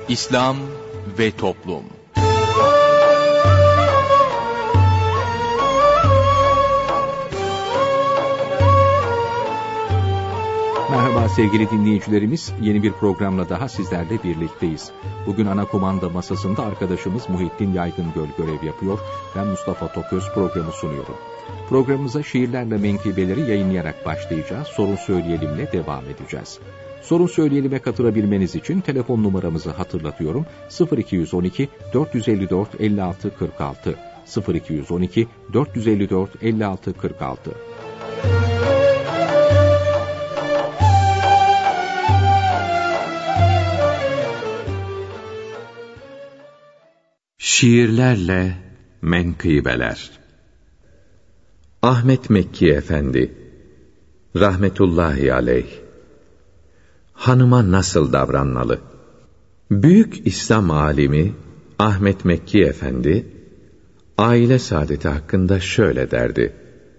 İslam ve Toplum. Merhaba sevgili dinleyicilerimiz, yeni bir programla daha sizlerle birlikteyiz. Bugün ana kumanda masasında arkadaşımız Muhittin Yaygıngöl görev yapıyor. Ben Mustafa Toköz programı sunuyorum. Programımıza şiirlerle menkıbeleri yayınlayarak başlayacağız. Sorun Söyleyelim'le devam edeceğiz. Sorun Söyleyelim'e katılabilmeniz için telefon numaramızı hatırlatıyorum. 0212 454 56 46 0212 454 56 46. Şiirlerle menkıbeler. Ahmet Mekki Efendi rahmetullahi aleyh hanıma nasıl davranmalı? Büyük İslam alimi Ahmet Mekki Efendi aile saadeti hakkında şöyle derdi: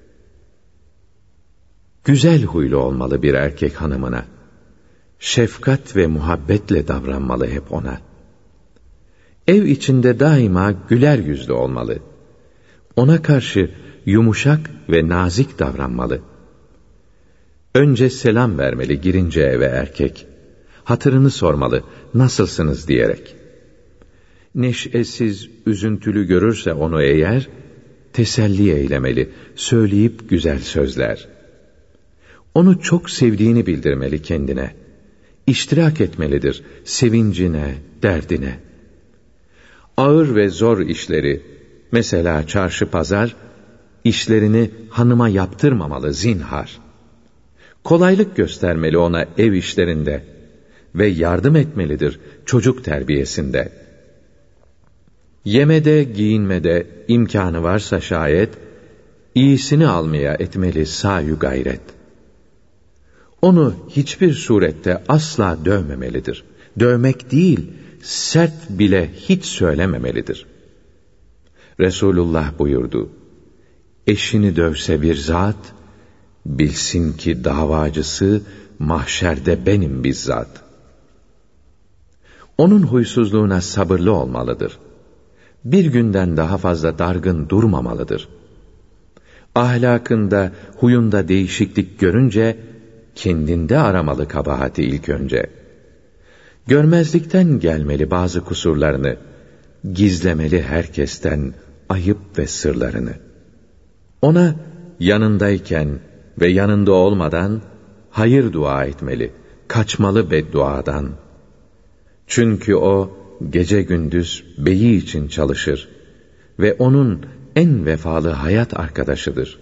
güzel huylu olmalı bir erkek hanımına, şefkat ve muhabbetle davranmalı hep ona. Ev içinde daima güler yüzlü olmalı. Ona karşı yumuşak ve nazik davranmalı. Önce selam vermeli girince eve erkek. Hatırını sormalı, nasılsınız diyerek. Neşesiz, üzüntülü görürse onu eğer, teselli eylemeli, söyleyip güzel sözler. Onu çok sevdiğini bildirmeli kendine. İştirak etmelidir sevincine, derdine. Ağır ve zor işleri, mesela çarşı pazar, işlerini hanıma yaptırmamalı zinhar. Kolaylık göstermeli ona ev işlerinde ve yardım etmelidir çocuk terbiyesinde. Yemede, giyinmede imkanı varsa şayet, iyisini almaya etmeli sa'yu gayret. Onu hiçbir surette asla dövmemelidir. Dövmek değil, sert bile hiç söylememelidir. Resulullah buyurdu: eşini dövse bir zat, bilsin ki davacısı mahşerde benim bizzat. Onun huysuzluğuna sabırlı olmalıdır. Bir günden daha fazla dargın durmamalıdır. Ahlakında, huyunda değişiklik görünce, kendinde aramalı kabahati ilk önce. Görmezlikten gelmeli bazı kusurlarını, gizlemeli herkesten ayıp ve sırlarını. Ona yanındayken ve yanında olmadan hayır dua etmeli, kaçmalı bedduadan. Çünkü o gece gündüz beyi için çalışır ve onun en vefalı hayat arkadaşıdır.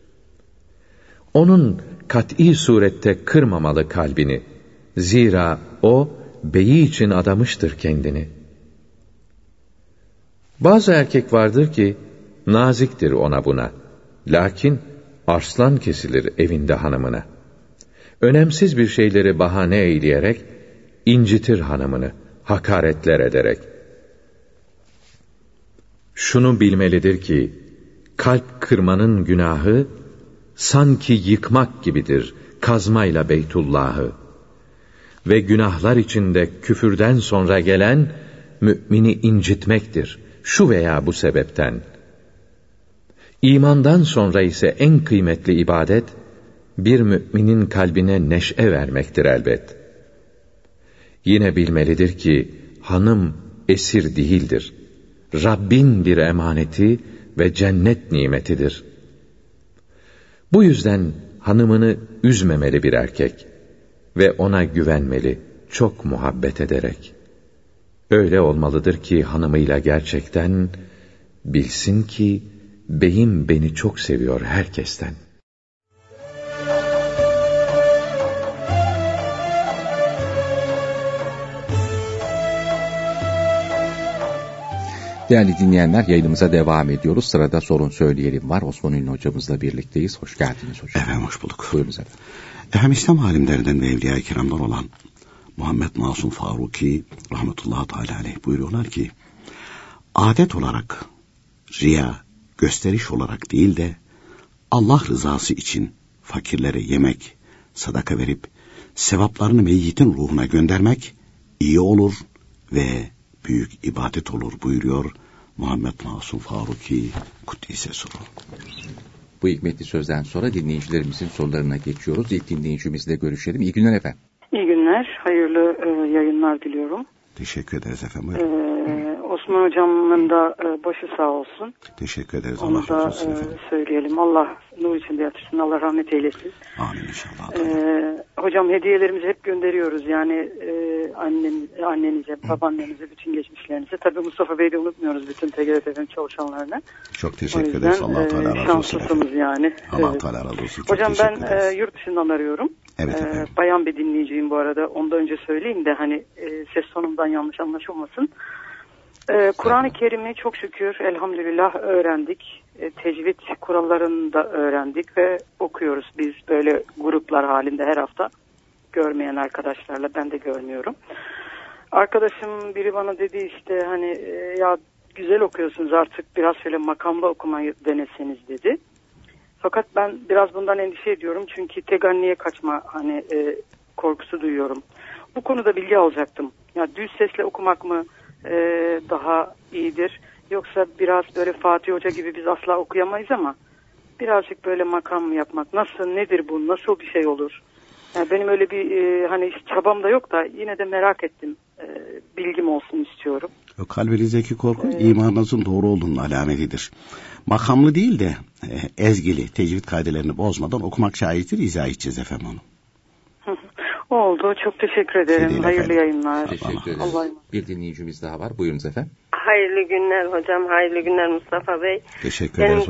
Onun kat'î surette kırmamalı kalbini, zira o beyi için adamıştır kendini. Bazı erkek vardır ki naziktir ona buna, lakin arslan kesilir evinde hanımına. Önemsiz bir şeyleri bahane eyleyerek incitir hanımını, hakaretler ederek. Şunu bilmelidir ki kalp kırmanın günahı sanki yıkmak gibidir kazmayla Beytullah'ı. Ve günahlar içinde küfürden sonra gelen mümini incitmektir şu veya bu sebepten. İmandan sonra ise en kıymetli ibadet bir müminin kalbine neşe vermektir elbet. Yine bilmelidir ki hanım esir değildir. Rabbin bir emaneti ve cennet nimetidir. Bu yüzden hanımını üzmemeli bir erkek ve ona güvenmeli, çok muhabbet ederek. Öyle olmalıdır ki hanımıyla gerçekten bilsin ki beyim beni çok seviyor herkesten. Değerli dinleyenler, yayınımıza devam ediyoruz. Sırada Sorun Söyleyelim var. Osman Ünlü hocamızla birlikteyiz. Hoş geldiniz hocam. Efendim hoş bulduk. Buyurunuz efendim. Efendim İslam alimlerinden ve Evliya-i Kiram'dan olan Muhammed Masum Faruki rahmetullahi teala aleyh buyuruyorlar ki, adet olarak riya, gösteriş olarak değil de Allah rızası için fakirlere yemek, sadaka verip sevaplarını meyyitin ruhuna göndermek iyi olur ve büyük ibadet olur buyuruyor Muhammed Masum Faruki Kuddise Suru. Bu hikmetli sözden sonra dinleyicilerimizin sorularına geçiyoruz. İlk dinleyicimizle görüşelim. İyi günler efendim. İyi günler, hayırlı yayınlar diliyorum. Teşekkür ederiz efendim. Osman Hocam'ın da başı sağ olsun. Teşekkür ederiz. Onu Allah da razı olsun efendim. Söyleyelim. Allah nur içinde yatırsın. Allah rahmet eylesin. Amin inşallah. Hocam hediyelerimizi hep gönderiyoruz. Yani annenize, babaannenize, bütün geçmişlerinize. Tabii Mustafa Bey'i de unutmuyoruz, bütün TGRT'nin çalışanlarına. Çok teşekkür ederiz. Allah Teala razı olsun. Şanslısınız yani. Allah Teala razı olsun. Çok hocam ben yurt dışından arıyorum. Evet efendim. Bayan bir dinleyiciyim bu arada. Ondan önce söyleyeyim de hani ses tonumdan yanlış anlaşılmasın. Kur'an-ı Kerim'i çok şükür elhamdülillah öğrendik. Tecvid kurallarını da öğrendik ve okuyoruz biz böyle gruplar halinde her hafta. Görmeyen arkadaşlarla, ben de görmüyorum. Arkadaşım biri bana dedi işte hani ya güzel okuyorsunuz, artık biraz şöyle makamla okumayı deneseniz dedi. Fakat ben biraz bundan endişe ediyorum çünkü teganniye kaçma hani korkusu duyuyorum. Bu konuda bilgi alacaktım. Ya düz sesle okumak mı daha iyidir, yoksa biraz böyle Fatih Hoca gibi biz asla okuyamayız ama birazcık böyle makam yapmak nasıl, nedir bu, nasıl bir şey olur? Yani benim öyle bir hani çabam da yok da yine de merak ettim, bilgim olsun istiyorum. Kalbinizdeki korku imanınızın doğru olduğunun alametidir. Makamlı değil de ezgili, tecvid kaidelerini bozmadan okumak şaittir, izah edeceğiz efendim onu. Oldu. Çok teşekkür ederim. Hayırlı yayınlar. Teşekkür ederiz. Bir dinleyicimiz daha var. Buyurunuz efendim. Hayırlı günler hocam. Hayırlı günler Mustafa Bey. Teşekkür ederiz.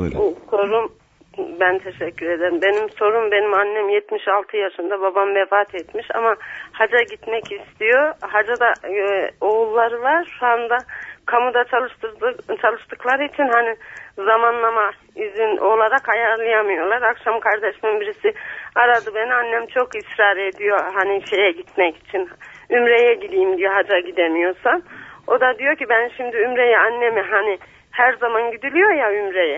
Ben teşekkür ederim. Benim annem 76 yaşında, babam vefat etmiş ama haca gitmek istiyor. Hacda da oğulları var. Şu anda kamuda çalıştıkları için hani zamanlama izin olarak ayarlayamıyorlar. Akşam kardeşimin birisi aradı beni. Annem çok ısrar ediyor hani şeye gitmek için. Ümreye gideyim diyor haca gidemiyorsam. O da diyor ki ben şimdi Ümreye annemi hani her zaman gidiliyor ya Ümreye.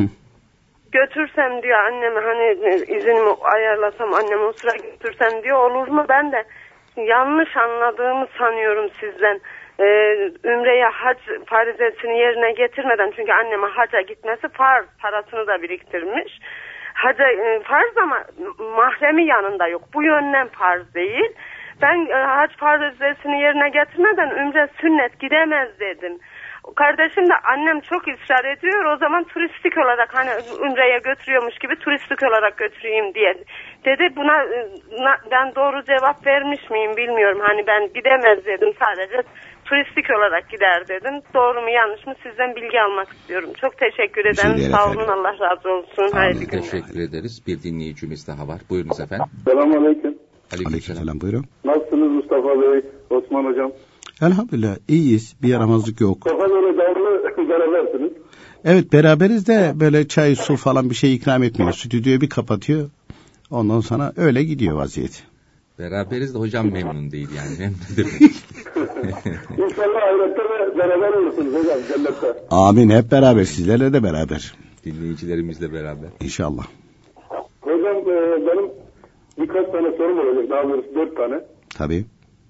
Götürsem diyor annemi hani iznimi ayarlasam annemi o sıra götürsem diyor, olur mu? Ben de yanlış anladığımı sanıyorum sizden. Ümreye hac farizesini yerine getirmeden, çünkü anneme haca gitmesi farz, parasını da biriktirmiş. Haca farz ama mahremi yanında yok. Bu yönden farz değil. Ben hac farizesini yerine getirmeden ümre sünnet gidemez dedim. Kardeşim de annem çok ısrar ediyor, o zaman turistik olarak hani Ümre'ye götürüyormuş gibi turistik olarak götüreyim diye dedi. Buna ben doğru cevap vermiş miyim bilmiyorum, hani ben gidemez dedim, sadece turistik olarak gider dedim. Doğru mu yanlış mı sizden bilgi almak istiyorum. Çok teşekkür ederim, sağ olun, Allah razı olsun. Hayırlı günler. Teşekkür ederiz. Bir dinleyicimiz daha var. Buyurunuz efendim. Selamünaleyküm. Aleykümselam, buyurun. Nasılsınız Mustafa Bey, Osman Hocam? Elhamdülillah iyiyiz, bir yaramazlık yok. Kafa böyle devamlı berabersiniz. Evet, beraberiz de böyle çay su falan bir şey ikram etmiyor. Stüdyoyu bir kapatıyor, ondan sonra öyle gidiyor vaziyet. Beraberiz de hocam memnun değil yani. Memnun değil. İnşallah ahirette de beraber olursunuz hocam, cennette. Amin, hep beraber, sizlerle de beraber. Dinleyicilerimizle beraber. İnşallah. Hocam benim birkaç tane sorum olacak, daha doğrusu 4 tane. Tabii.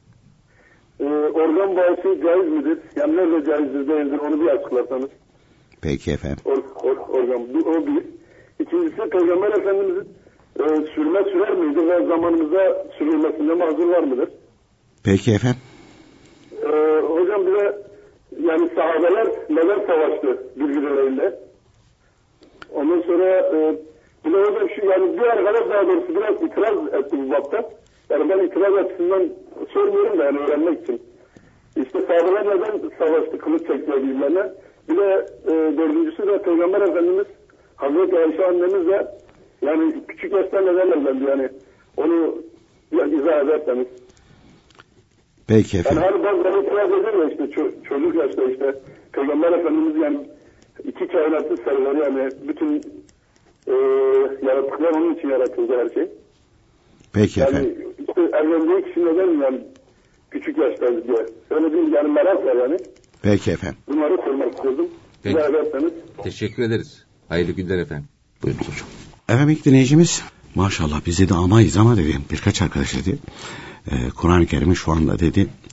Organ bağışı caiz midir? Yani nerede caizdir değildir onu bir açıklarsanız. Peki efendim. Organ, o bir. İkincisi Peygamber Efendimiz'in sürme sürer miydi ve zamanımıza sürülmesinde mahzur var mıdır? Peki efendim. Hocam bir de yani sahabeler neden savaştı birbirleriyle? Ondan sonra bir de hocam şu, yani bir arkadaş daha doğrusu biraz itiraz etti bu bapta. Yani ben itiraz açısından sormuyorum da yani öğrenmek için. İşte sahabeler neden savaştı, kılıç çektiler birbirlerine? Bir de dördüncüsü de Peygamber Efendimiz Hazreti Ayşe annemiz de yani küçük yaşta neden evlendi yani? Onu izah ederseniz. Peki efendim. Yani hani bazıları itiraz eder ya işte çocuk yaşta işte Peygamber Efendimiz yani iki kainatı sarıları yani bütün yaratıklar onun için yaratıldı her şey. Peki yani efendim. İşte evlendiği kişi neden yani küçük yaştayız diye. Öyle bir yani merak var yani. Peki efendim. Bunları sormak istiyordum. Peki. Ederseniz. Teşekkür ederiz. Hayırlı günler efendim. Buyurun hocam. Efendim ilk dinleyicimiz maşallah biz dedi amayız ama dedi birkaç arkadaş dedi Kur'an-ı Kerim'i şu anda dedi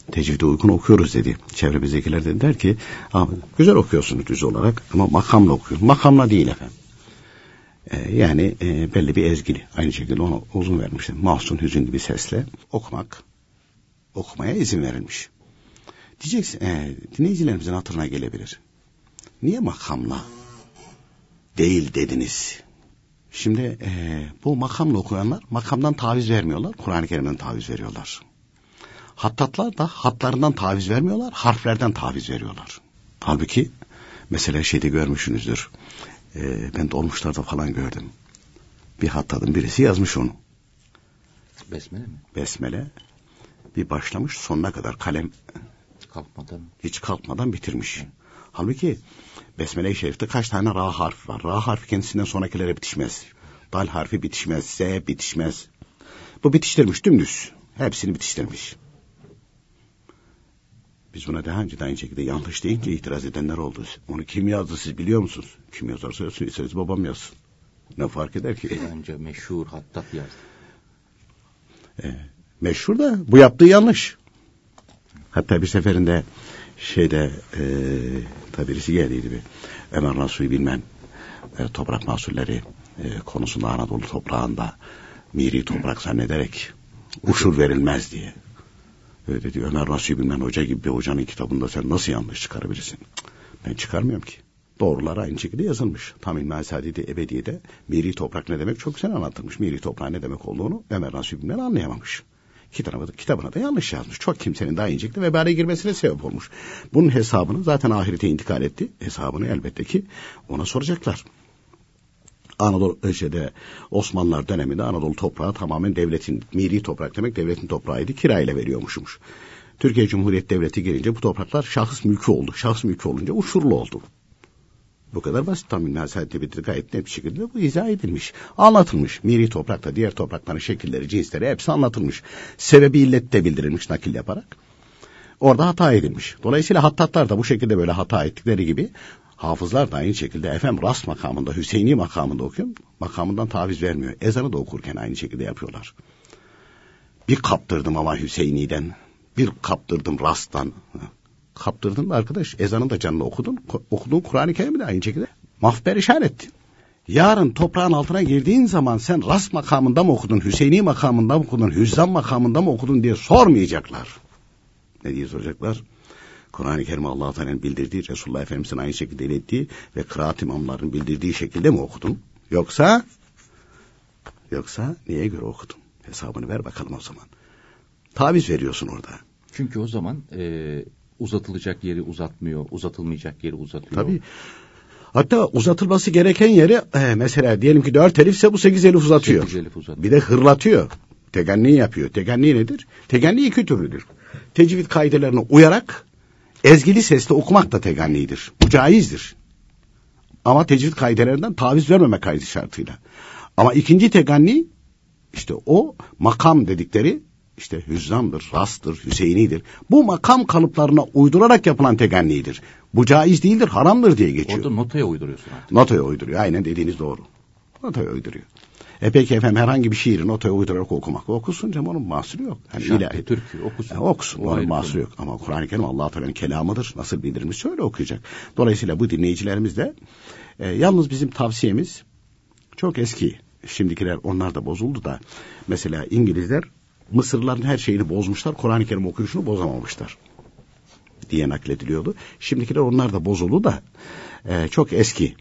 tecvide uygun okuyoruz dedi. Çevremizdekiler dediler ki güzel okuyorsunuz düz olarak ama makamla okuyorsunuz. Makamla değil efendim. Yani belli bir ezgili. Aynı şekilde ona uzun vermiştim. Mahzun, hüzünlü bir sesle okumaya izin verilmiş. Diyeceksin, dinleyicilerimizin hatırına gelebilir. Niye makamla değil dediniz? Şimdi bu makamla okuyanlar makamdan taviz vermiyorlar. Kur'an-ı Kerim'den taviz veriyorlar. Hattatlar da hatlarından taviz vermiyorlar. Harflerden taviz veriyorlar. Halbuki mesela şeyde görmüşsünüzdür. Ben dolmuşlarda falan gördüm. Bir hattatın birisi yazmış onu. Besmele mi? Besmele. Bir başlamış sonuna kadar kalem hiç kalkmadan bitirmiş. Halbuki Besmele-i Şerif'te kaç tane ra harfi var? Ra harfi kendisinden sonrakilere bitişmez. Dal harfi bitişmez. Z bitişmez. Bu bitiştirmiş dümdüz. Hepsini bitiştirmiş. Biz buna daha önce de aynı şekilde yanlış deyince itiraz edenler oldu. Onu kim yazdı siz biliyor musunuz? Kim yazarsa yazsın, babam yazsın. Ne fark eder ki? Önce meşhur Hattat yazdı. Meşhur da bu yaptığı yanlış. Hatta bir seferinde tabi birisi geldiydi bir. Ömer Nasuhi bilmem toprak mahsulleri konusunda Anadolu toprağında miri toprak zannederek uşur verilmez diye. Öyle diyor. Ömer Nasuhi bilmem hoca gibi bir hocanın kitabında sen nasıl yanlış çıkarabilirsin? Ben çıkarmıyorum ki. Doğrular aynı şekilde yazılmış. Tam İlmihal Saadet-i Ebediye'de miri toprak ne demek çok güzel anlatılmış. Miri toprağın ne demek olduğunu Ömer Nasuhi bilmem anlayamamış. Kitabına da yanlış yazmış. Çok kimsenin daha inecekti vebale girmesine sebep olmuş. Bunun hesabını zaten ahirete intikal etti. Hesabını elbette ki ona soracaklar. Osmanlılar döneminde Anadolu toprağı tamamen devletin, miri toprak demek devletin toprağıydı, kirayla veriyormuşmuş. Türkiye Cumhuriyeti Devleti gelince bu topraklar şahıs mülkü oldu. Şahıs mülkü olunca uşurlu oldu. Bu kadar basit. Tam İlmihal Saadet Ebediye'de gayet net bir şekilde bu izah edilmiş. Anlatılmış. Miri toprakta diğer toprakların şekilleri, cinsleri hepsi anlatılmış. Sebebi illet de bildirilmiş nakil yaparak. Orada hata edilmiş. Dolayısıyla hattatlar da bu şekilde böyle hata ettikleri gibi hafızlar da aynı şekilde rast makamında, Hüseyini makamında okuyor. Makamından taviz vermiyor. Ezanı da okurken aynı şekilde yapıyorlar. Bir kaptırdım ama Hüseyini'den. Bir kaptırdım rasttan. Kaptırdın da arkadaş ezanın da canını okudun. Okuduğun Kur'an-ı Kerim'i de aynı şekilde mahperişan ettin. Yarın toprağın altına girdiğin zaman sen rast makamında mı okudun, Hüseyini makamında mı okudun, Hüzzam makamında mı okudun diye sormayacaklar. Ne diye soracaklar? Kur'an-ı Kerim Allah-u Teala'nın bildirdiği, Resulullah Efendimiz'in aynı şekilde ilettiği ve kıraat imamlarının bildirdiği şekilde mi okudun? Yoksa neye göre okudun? Hesabını ver bakalım o zaman. Taviz veriyorsun orada. Çünkü o zaman uzatılacak yeri uzatmıyor, uzatılmayacak yeri uzatıyor. Tabii. Hatta uzatılması gereken yeri mesela diyelim ki 4 elifse bu 8 elif uzatıyor. 8 elif uzatıyor. Bir de hırlatıyor. Teganni yapıyor. Teganni nedir? Teganni 2 türlüdür. Tecvid kaidelerine uyarak ezgili sesle okumak da tegannidir. Bu caizdir. Ama tecvid kaidelerinden taviz vermeme kaydı şartıyla. Ama ikinci teganni işte o makam dedikleri işte hüzzamdır, rastır, Hüseyini'dir. Bu makam kalıplarına uydurarak yapılan tegannidir. Bu caiz değildir, haramdır diye geçiyor. Orada notaya uyduruyorsun artık. Notaya uyduruyor. Aynen dediğiniz doğru. Notaya uyduruyor. Peki efendim herhangi bir şiiri notaya uydurarak okumak. Okusun canım onun mahsuru yok. Yani ilahi türkü okusun. Okusun onun mahsuru yok. Ama Kur'an-ı Kerim Allah-u Teala'nın kelamıdır. Nasıl bildirilmiş öyle okuyacak. Dolayısıyla bu dinleyicilerimiz de yalnız bizim tavsiyemiz çok eski. Şimdikiler onlar da bozuldu da. Mesela İngilizler Mısırlıların her şeyini bozmuşlar. Kur'an-ı Kerim okuyuşunu bozamamışlar diye naklediliyordu. Şimdikiler onlar da bozuldu da çok eski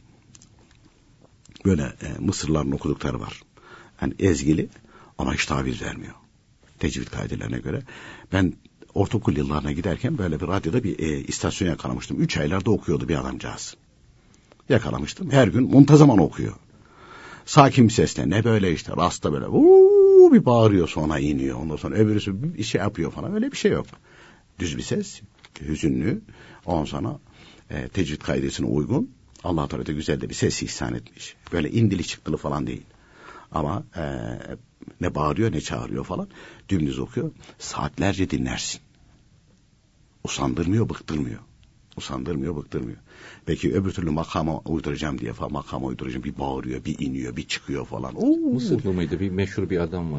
böyle Mısırlıların okudukları var. Yani ezgili ama hiç taviz vermiyor. Tecvid kaidelerine göre. Ben ortaokul yıllarına giderken böyle bir radyoda bir istasyon yakalamıştım. 3 aylarda okuyordu bir adamcağız. Yakalamıştım. Her gün muntazaman okuyor. Sakin bir sesle ne böyle işte rasta böyle bir bağırıyor sonra iniyor. Ondan sonra öbürüsü bir şey yapıyor falan. Öyle bir şey yok. Düz bir ses. Hüzünlü. Ondan sonra tecvid kaidesine uygun. Allah-u Teala da güzel de bir ses ihsan etmiş. Böyle indili çıktılı falan değil. Ama ne bağırıyor ne çağırıyor falan. Dümdüz okuyor. Saatlerce dinlersin. Usandırmıyor, bıktırmıyor. Usandırmıyor, bıktırmıyor. Peki öbür türlü makama uyduracağım diye falan makama uyduracağım. Bir bağırıyor, bir iniyor, bir çıkıyor falan. Mısırlı mıydı? Bir meşhur bir adam var.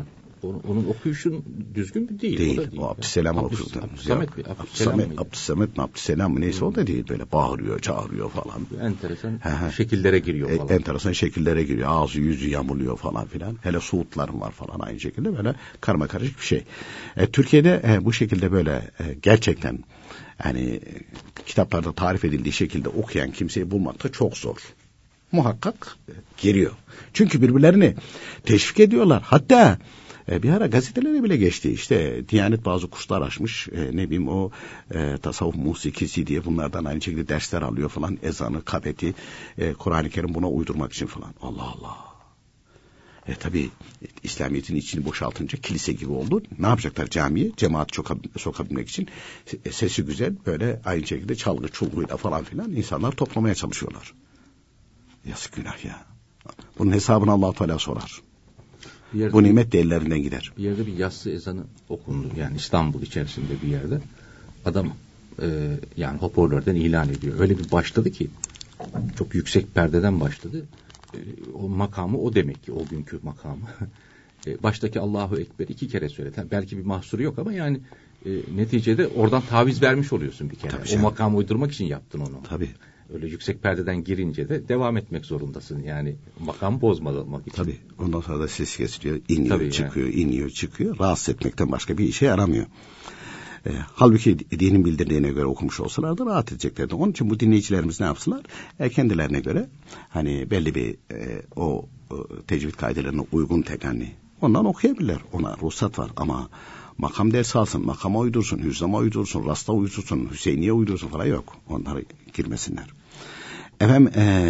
Onun okuyuşun düzgün bir değil. Değil. O da değil. O Abdüsselam okuyordu. Abdüsselam mı neyse o da değil. Böyle bağırıyor, çağırıyor falan. Enteresan şekillere giriyor falan. Enteresan şekillere giriyor. Ağzı yüzü yamuluyor falan filan. Hele Suudlarım var falan aynı şekilde böyle karmakarışık bir şey. Türkiye'de bu şekilde böyle gerçekten yani kitaplarda tarif edildiği şekilde okuyan kimseyi bulmak da çok zor. Muhakkak giriyor. Çünkü birbirlerini teşvik ediyorlar. Hatta bir ara gazetelere bile geçti. İşte Diyanet bazı kurslar açmış. Ne bileyim o tasavvuf musikisi diye bunlardan aynı şekilde dersler alıyor falan. Ezanı, kabeti, Kur'an-ı Kerim buna uydurmak için falan. Allah Allah. Tabii İslamiyet'in içini boşaltınca kilise gibi oldu. Ne yapacaklar camiye? Cemaat sokabilmek için sesi güzel böyle aynı şekilde çalgı çulguyla falan filan insanlar toplamaya çalışıyorlar. Yazık günah ya. Bunun hesabını Allah-u Teala sorar. Bu nimet de ellerinden gider. Bir yerde bir yatsı ezanı okundu. Yani İstanbul içerisinde bir yerde. Adam yani hoparlörden ilan ediyor. Öyle bir başladı ki çok yüksek perdeden başladı. O makamı o demek ki o günkü makamı. Baştaki Allahu Ekber 2 kere söyledi. Belki bir mahsuru yok ama yani neticede oradan taviz vermiş oluyorsun bir kere. Tabii o makamı uydurmak için yaptın onu. Tabii. Öyle yüksek perdeden girince de devam etmek zorundasın. Yani makamı bozmamak için. Tabii. Ondan sonra da ses kesiliyor, iniyor, çıkıyor, iniyor, çıkıyor. Rahatsız etmekten başka bir işe yaramıyor. Halbuki dinin bildirdiğine göre okumuş olsalar da rahat edeceklerdi. Onun için bu dinleyicilerimiz ne yapsınlar? Kendilerine göre hani belli bir o tecvid kaidelerine uygun teganni ondan okuyabilirler. Ona ruhsat var ama makam dersi alsın, makama uydursun, hüzzama uydursun, rasta uydursun, Hüseyniye uydursun falan yok. Onlara girmesinler. Efendim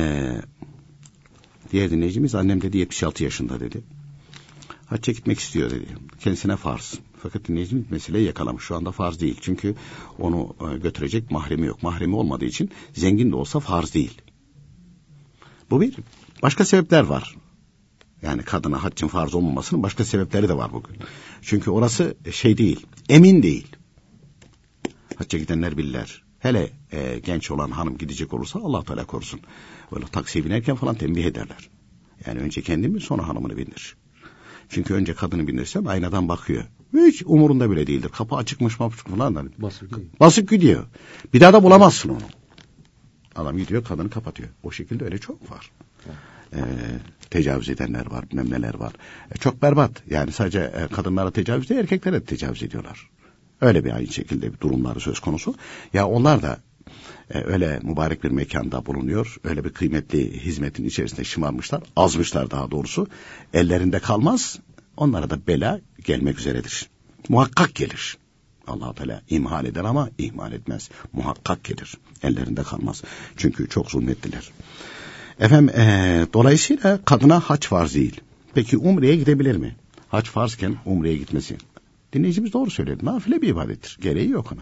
diğer dinleyicimiz annem dedi 76 yaşında dedi. Hacca gitmek istiyor dedi. Kendisine farz. Fakat dinleyicimiz meseleyi yakalamış. Şu anda farz değil. Çünkü onu götürecek mahremi yok. Mahremi olmadığı için zengin de olsa farz değil. Bu bir. Başka sebepler var. Yani kadına haccın farz olmamasının başka sebepleri de var bugün. Çünkü orası şey değil. Emin değil. Hacca gidenler bilirler. Hele genç olan hanım gidecek olursa Allah Teala korusun. Böyle taksiye binerken falan tembih ederler. Yani önce kendini sonra hanımını bindir. Çünkü önce kadını bindirsen aynadan bakıyor. Hiç umurunda bile değildir. Kapı açıkmış falan. Basıp gidiyor. Bir daha da bulamazsın onu. Adam gidiyor kadını kapatıyor. O şekilde öyle çok var. Tecavüz edenler var, bilmem neler var. Çok berbat. Yani sadece kadınlara tecavüz değil, erkeklere de tecavüz ediyorlar. Öyle bir aynı şekilde bir durumları söz konusu. Ya onlar da öyle mübarek bir mekanda bulunuyor. Öyle bir kıymetli hizmetin içerisinde şımarmışlar. Azmışlar daha doğrusu. Ellerinde kalmaz. Onlara da bela gelmek üzeredir. Muhakkak gelir. Allah-u Teala imhal eder ama ihmal etmez. Muhakkak gelir. Ellerinde kalmaz. Çünkü çok zulmettiler. Efendim dolayısıyla kadına hac farz değil. Peki umreye gidebilir mi? Hac farzken umreye gitmesi. Dinleyicimiz doğru söyledi. Nafile bir ibadettir. Gereği yok ona.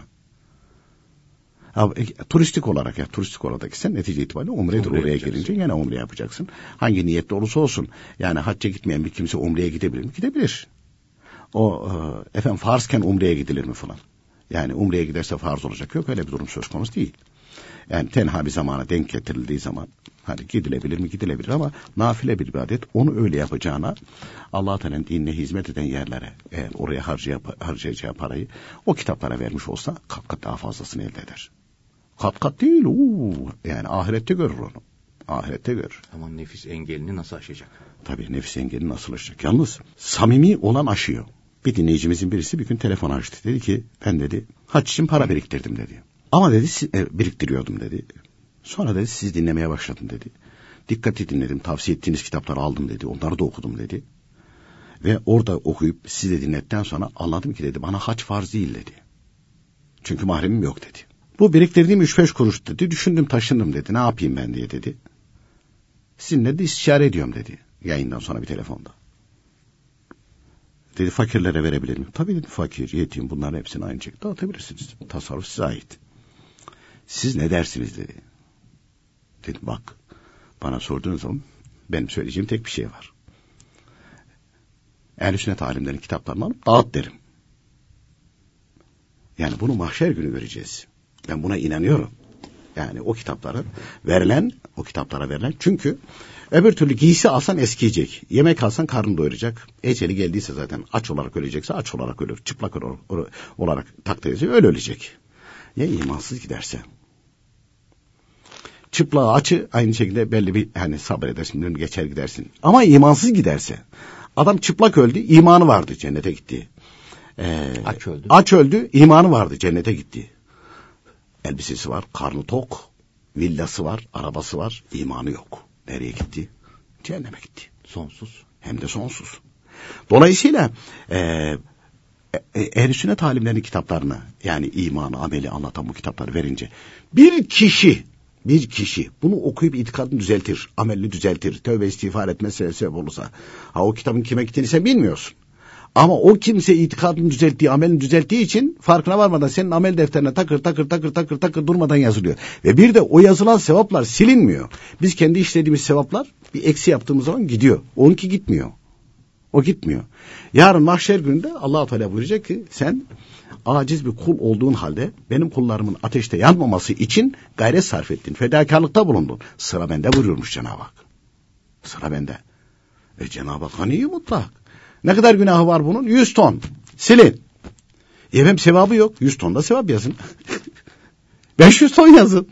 Turistik olarak gitsen netice itibariyle umredir. Oraya gelince yine umre yapacaksın. Hangi niyette olursa olsun. Yani hacca gitmeyen bir kimse umreye gidebilir mi? Gidebilir. Efendim farzken umreye gidilir mi falan. Yani umreye giderse farz olacak. Yok öyle bir durum söz konusu değil. Yani tenha bir zamana denk getirildiği zaman hani gidilebilir mi? Gidilebilir ama nafile bir ibadet onu öyle yapacağına Allah-u Teala'nın dinine hizmet eden yerlere eğer oraya harcayacağı parayı o kitaplara vermiş olsa kat kat daha fazlasını elde eder. Kat kat değil. Yani ahirette görür onu. Ahirette görür. Ama nefis engelini nasıl aşacak? Tabii nefis engelini nasıl aşacak? Yalnız samimi olan aşıyor. Bir dinleyicimizin birisi bir gün telefon açtı. Dedi ki ben dedi hac için para biriktirdim dedi. Ama dedi biriktiriyordum dedi. Sonra dedi sizi dinlemeye başladım dedi. Dikkatli dinledim. Tavsiye ettiğiniz kitapları aldım dedi. Onları da okudum dedi. Ve orada okuyup sizi dinledikten sonra anladım ki dedi bana hac farz değil dedi. Çünkü mahremim yok dedi. Bu biriktirdiğim 3-5 kuruş dedi. Düşündüm taşındım dedi. Ne yapayım ben diye dedi. Sizinle de istişare ediyorum dedi. Yayından sonra bir telefonda. Dedi fakirlere verebilir miyim? Tabii dedi fakir, yetim bunların hepsini aynı şekilde dağıtabilirsiniz. Tasarruf size ait. Siz ne dersiniz dedi. Dedim bak bana sorduğunuz zaman benim söyleyeceğim tek bir şey var. Ehl-i sünnet alimlerin kitaplarını alıp dağıt derim. Yani bunu mahşer günü göreceğiz. Ben buna inanıyorum. Yani o kitaplara verilen çünkü Öbür türlü giysi alsan eskiyecek. Yemek alsan karnını doyuracak. Eceli geldiyse zaten aç olarak ölecekse aç olarak ölür. Çıplak olarak takdir edecek. Öyle ölecek. Ya imansız giderse. Çıplağı açı aynı şekilde belli bir hani sabredersin, geçer gidersin. Ama imansız giderse. Adam çıplak öldü, imanı vardı, cennete gitti. Aç öldü, imanı vardı, cennete gitti. Elbisesi var, karnı tok, villası var, arabası var, imanı yok. Nereye gitti? Cehenneme gitti. Sonsuz. Hem de sonsuz. Dolayısıyla ehl-i sünnet alimlerinin kitaplarını, yani imanı, ameli anlatan bu kitapları verince bir kişi bunu okuyup itikadını düzeltir, amelini düzeltir, tövbe istiğfar etmesine sebep olursa, o kitabın kime gittiğini sen bilmiyorsun. Ama o kimse itikadını düzelttiği, amelini düzelttiği için farkına varmadan senin amel defterine takır durmadan yazılıyor. Ve bir de o yazılan sevaplar silinmiyor. Biz kendi işlediğimiz sevaplar bir eksi yaptığımız zaman gidiyor. Onunki gitmiyor. O gitmiyor. Yarın mahşer gününde Allah-u Teala buyuracak ki sen aciz bir kul olduğun halde benim kullarımın ateşte yanmaması için gayret sarf ettin. Fedakarlıkta bulundun. Sıra bende buyurmuş Cenab-ı Hak. Sıra bende. Cenab-ı Hak hani mutlak. Ne kadar günahı var bunun? 100 ton. Silin. Efendim sevabı yok. 100 ton da sevap yazın. 500 ton yazın.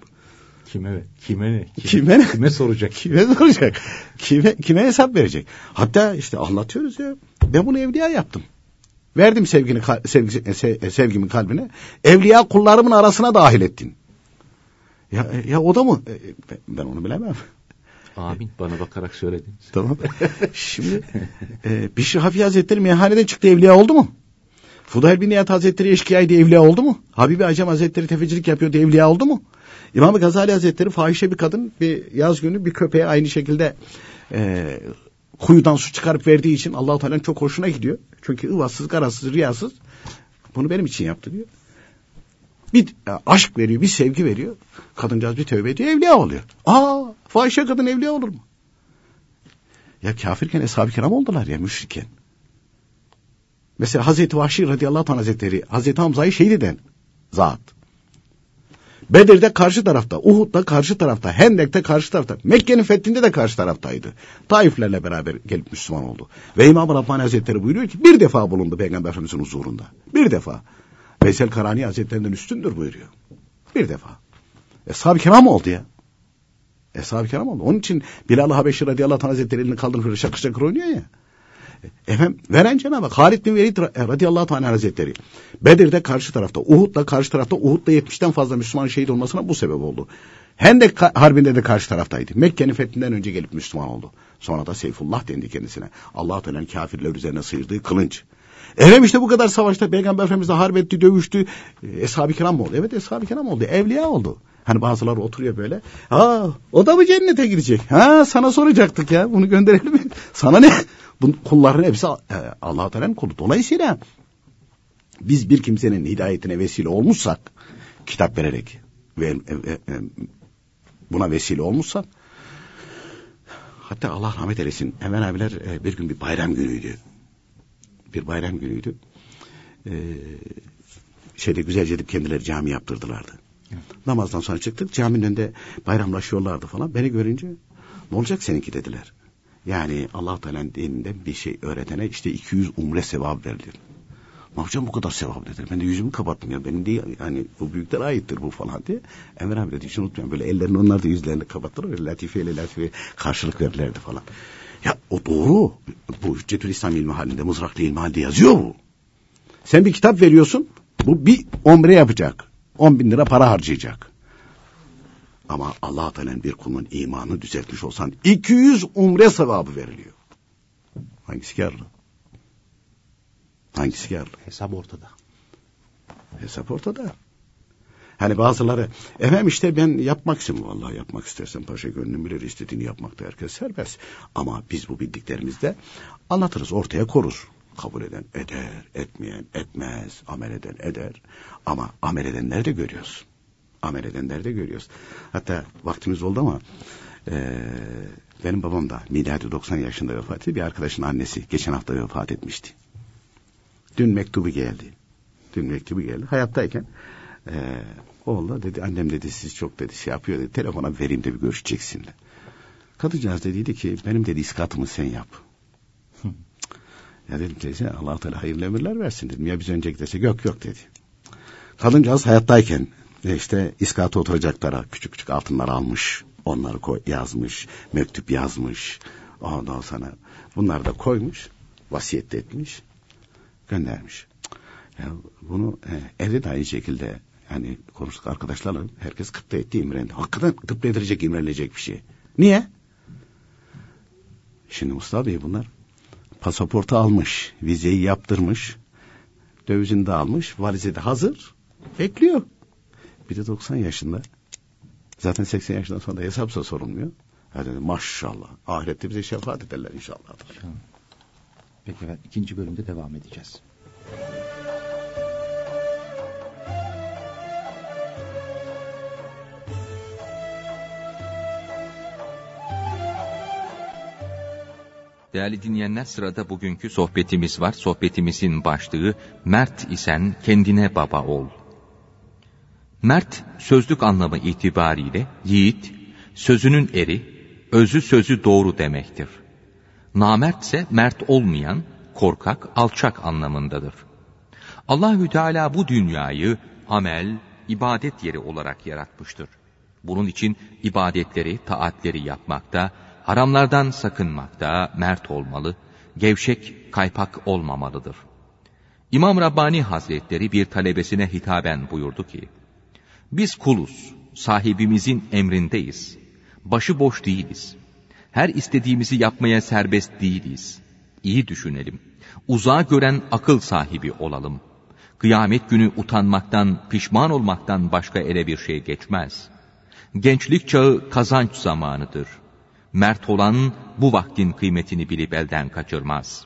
Kime soracak? Kime hesap verecek? Hatta işte anlatıyoruz ya. Ben bunu evliya yaptım. Verdim sevgimi kalbine. Evliya kullarımın arasına dahil ettin. Ya o da mı? Ben onu bilemem. Amin. Bana bakarak söyledin. Tamam. Şimdi Bişri Hafi Hazretleri meyhaneden çıktı, evliya oldu mu? Fudayl bin Niyat Hazretleri eşkıyaydı, evliya oldu mu? Habibi Acem Hazretleri tefecilik yapıyordu, evliya oldu mu? İmam-ı Gazali Hazretleri fahişe bir kadın bir yaz günü bir köpeğe aynı şekilde kuyudan su çıkarıp verdiği için Allah-u Teala'nın çok hoşuna gidiyor. Çünkü ıvasız, garazsız, riyasız bunu benim için yaptı diyor. Bir aşk veriyor, bir sevgi veriyor. Kadıncağız bir tövbe ediyor, evliya oluyor. Fahişe kadın evliya olur mu? Ya kafirken Eshab-ı Kiram oldular ya, müşrikken. Mesela Hazreti Vahşi radıyallahu anh Hazretleri, Hazreti Hamza'yı şehit eden zat. Bedir'de karşı tarafta, Uhud'da karşı tarafta, Hendek'te karşı tarafta, Mekke'nin fethinde de karşı taraftaydı. Taiflerle beraber gelip Müslüman oldu. Ve İmam-ı Rabbani Hazretleri buyuruyor ki bir defa bulundu Peygamber Efendimiz'in huzurunda. Bir defa. Veysel Karani Hazretlerinden üstündür buyuruyor. Bir defa. Eshab-ı Kiram oldu ya. Eshab-ı Kiram oldu. Onun için Bilal-i Habeşi radıyallahu anh Hazretleri elini kaldırıp böyle şakır şakır oynuyor ya. Efendim veren Cenab-ı Hak. Halid bin Velid radıyallahu anh Hazretleri Bedir'de karşı tarafta, Uhud'da karşı tarafta, Uhud'da 70'ten fazla Müslüman şehit olmasına bu sebep oldu. Hendek Harbi'nde de karşı taraftaydı. Mekke'nin fethinden önce gelip Müslüman oldu. Sonra da Seyfullah dendi kendisine. Allah-u Teala'nın kafirler üzerine sıyırdığı kılınç. İşte bu kadar savaşta Peygamber Efendimiz'le harp etti, dövüştü. Eshab-ı Kiram mı oldu? Evet, Eshab-ı Kiram oldu. Evliya oldu. Hani bazıları oturuyor böyle. O da mı cennete girecek? Sana soracaktık ya. Bunu gönderelim mi? Sana ne? Bu kulların hepsi Allah-u Teala'nın kulu. Dolayısıyla biz bir kimsenin hidayetine vesile olmuşsak, kitap vererek buna vesile olmuşsak, hatta Allah rahmet eylesin, Enver abiler bir gün bir bayram günüydü. Güzelce edip kendileri cami yaptırdılardı. Evet. Namazdan sonra çıktık, caminin önünde bayramlaşıyorlardı falan. Beni görünce ne olacak seninki dediler. Yani Allah-u Teala'nın dininden bir şey öğretene işte 200 umre sevap verilir. Ne yapacağım bu kadar sevap dediler. Ben de yüzümü kapattım ya. Benim değil yani bu büyükler aittir bu falan diye. Enver abi dedi hiç unutmayın. Böyle ellerini onlar da yüzlerini kapattılar. Böyle latife karşılık verirlerdi falan. Ya o doğru. Bu Hüccetül İslam ilmi halinde, Mızraklı ilmi halinde yazıyor bu. Sen bir kitap veriyorsun. Bu bir umre yapacak. 10.000 lira para harcayacak. Ama Allah-u Teala'nın bir kulun imanını düzeltmiş olsan 200 umre sevabı veriliyor. Hangisi karlı? Hangisi karlı? Hesap ortada. Hesap ortada. Hani bazıları efendim işte ben yapmak istiyorum. Vallahi yapmak istersen paşa gönlüm bilir, istediğini yapmakta herkes serbest. Ama biz bu bildiklerimizde anlatırız, ortaya korur. Kabul eden eder, etmeyen etmez, amel eden eder. Ama amel edenleri de görüyoruz. Amel edenleri de görüyoruz. Hatta vaktimiz oldu ama benim babam da miladi 90 yaşında vefat etti. Bir arkadaşın annesi geçen hafta vefat etmişti. Dün mektubu geldi. Hayattayken oğlu dedi, annem dedi siz çok dedi şey yapıyor dedi, telefona vereyim de bir görüşeceksin de. Kadıncağız dediydi ki benim dedi iskatımı sen yap. Ya dedim teyze Allah-u Teala hayırlı ömürler versin dedim. Ya biz önce gidersek yok dedi. Kadıncağız hayattayken işte iskatı oturacaklara küçük küçük altınlar almış. Onları yazmış, mektup yazmış. Ondan sonra bunları da koymuş, vasiyet etmiş, göndermiş. Ya bunu evde de aynı şekilde yani konuştuk arkadaşlarla herkes gıpta etti, imrendi. Hakikaten gıpta edilecek, imrenilecek bir şey. Niye? Şimdi Mustafa Bey bunlar pasaportu almış, vizeyi yaptırmış, dövizini de almış, valizi de hazır, bekliyor. Bir de 90 yaşında. Zaten 80 yaşından sonra da hesapsa sorulmuyor. Hadi maşallah. Ahirette bize şefaat ederler inşallah. Peki efendim, ikinci bölümde devam edeceğiz. Değerli dinleyenler, sırada bugünkü sohbetimiz var. Sohbetimizin başlığı Mert isen kendine baba ol. Mert, sözlük anlamı itibariyle yiğit, sözünün eri, özü sözü doğru demektir. Namert ise mert olmayan, korkak, alçak anlamındadır. Allahü Teala bu dünyayı amel, ibadet yeri olarak yaratmıştır. Bunun için ibadetleri, taatleri yapmakta, haramlardan sakınmakta mert olmalı, gevşek, kaypak olmamalıdır. İmam Rabbani Hazretleri bir talebesine hitaben buyurdu ki, biz kuluz, sahibimizin emrindeyiz, başıboş değiliz, her istediğimizi yapmaya serbest değiliz. İyi düşünelim, uzağa gören akıl sahibi olalım. Kıyamet günü utanmaktan, pişman olmaktan başka ele bir şey geçmez. Gençlik çağı kazanç zamanıdır. Mert olan bu vaktin kıymetini bilip elden kaçırmaz.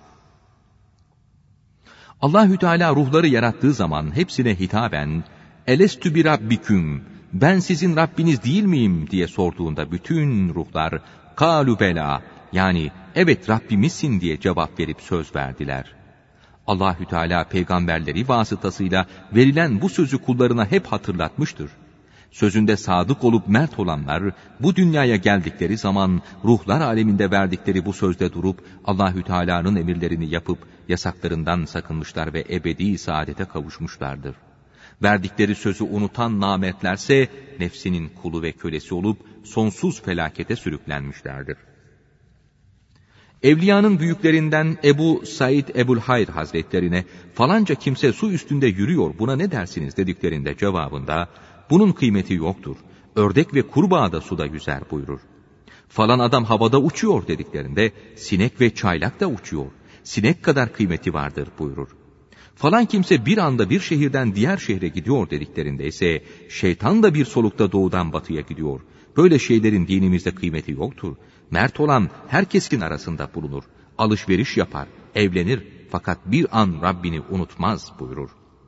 Allahü Teala ruhları yarattığı zaman hepsine hitaben "Elestü bi rabbiküm, ben sizin Rabbiniz değil miyim?" diye sorduğunda bütün ruhlar "Kalu bela", yani evet Rabbimizsin diye cevap verip söz verdiler. Allahü Teala peygamberleri vasıtasıyla verilen bu sözü kullarına hep hatırlatmıştır. Sözünde sadık olup mert olanlar bu dünyaya geldikleri zaman ruhlar aleminde verdikleri bu sözde durup Allahü Teala'nın emirlerini yapıp yasaklarından sakınmışlar ve ebedi saadete kavuşmuşlardır. Verdikleri sözü unutan namertlerse nefsinin kulu ve kölesi olup sonsuz felakete sürüklenmişlerdir. Evliyanın büyüklerinden Ebu Said Ebu'l-Hayr Hazretlerine falanca kimse su üstünde yürüyor, buna ne dersiniz dediklerinde cevabında bunun kıymeti yoktur, ördek ve kurbağa da suda yüzer buyurur. Falan adam havada uçuyor dediklerinde sinek ve çaylak da uçuyor, sinek kadar kıymeti vardır buyurur. Falan kimse bir anda bir şehirden diğer şehre gidiyor dediklerinde ise şeytan da bir solukta doğudan batıya gidiyor. Böyle şeylerin dinimizde kıymeti yoktur. Mert olan herkesin arasında bulunur, alışveriş yapar, evlenir fakat bir an Rabbini unutmaz buyurur.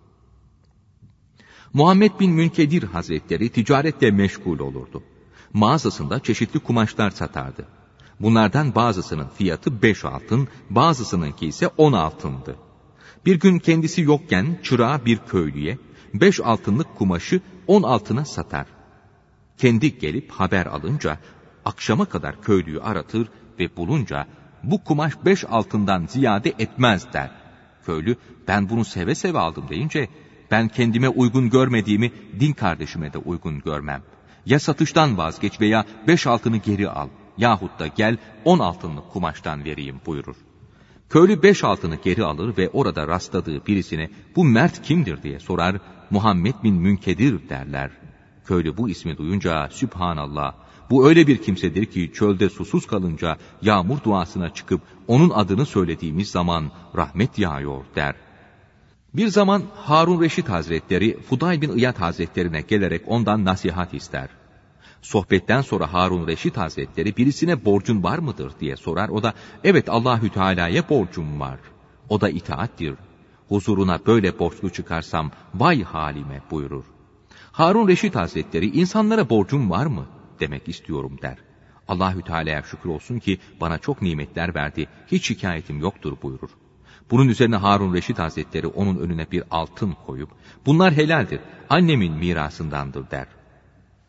Muhammed bin Münkedir Hazretleri ticaretle meşgul olurdu. Mağazasında çeşitli kumaşlar satardı. Bunlardan bazısının fiyatı 5 altın, bazısınınki ise 10 altındı. Bir gün kendisi yokken çırağı bir köylüye 5 altınlık kumaşı 10 altına satar. Kendi gelip haber alınca akşama kadar köylüyü aratır ve bulunca bu kumaş 5 altından ziyade etmez der. Köylü ben bunu seve seve aldım deyince ben kendime uygun görmediğimi din kardeşime de uygun görmem. Ya satıştan vazgeç veya 5 altını geri al yahut da gel 10 altınlık kumaştan vereyim buyurur. Köylü 5 altını geri alır ve orada rastladığı birisine bu mert kimdir diye sorar, Muhammed bin Münkedir derler. Köylü bu ismi duyunca Sübhanallah, bu öyle bir kimsedir ki çölde susuz kalınca yağmur duasına çıkıp onun adını söylediğimiz zaman rahmet yağıyor der. Bir zaman Harun Reşit Hazretleri Fudayl bin İyad Hazretlerine gelerek ondan nasihat ister. Sohbetten sonra Harun Reşit Hazretleri birisine borcun var mıdır diye sorar. O da evet Allahü Teala'ya borcum var. O da itaattir. Huzuruna böyle borçlu çıkarsam vay halime buyurur. Harun Reşit Hazretleri insanlara borcum var mı demek istiyorum der. Allahü Teala'ya şükür olsun ki bana çok nimetler verdi. Hiç şikayetim yoktur buyurur. Bunun üzerine Harun Reşit Hazretleri onun önüne bir altın koyup bunlar helaldir, annemin mirasındandır der.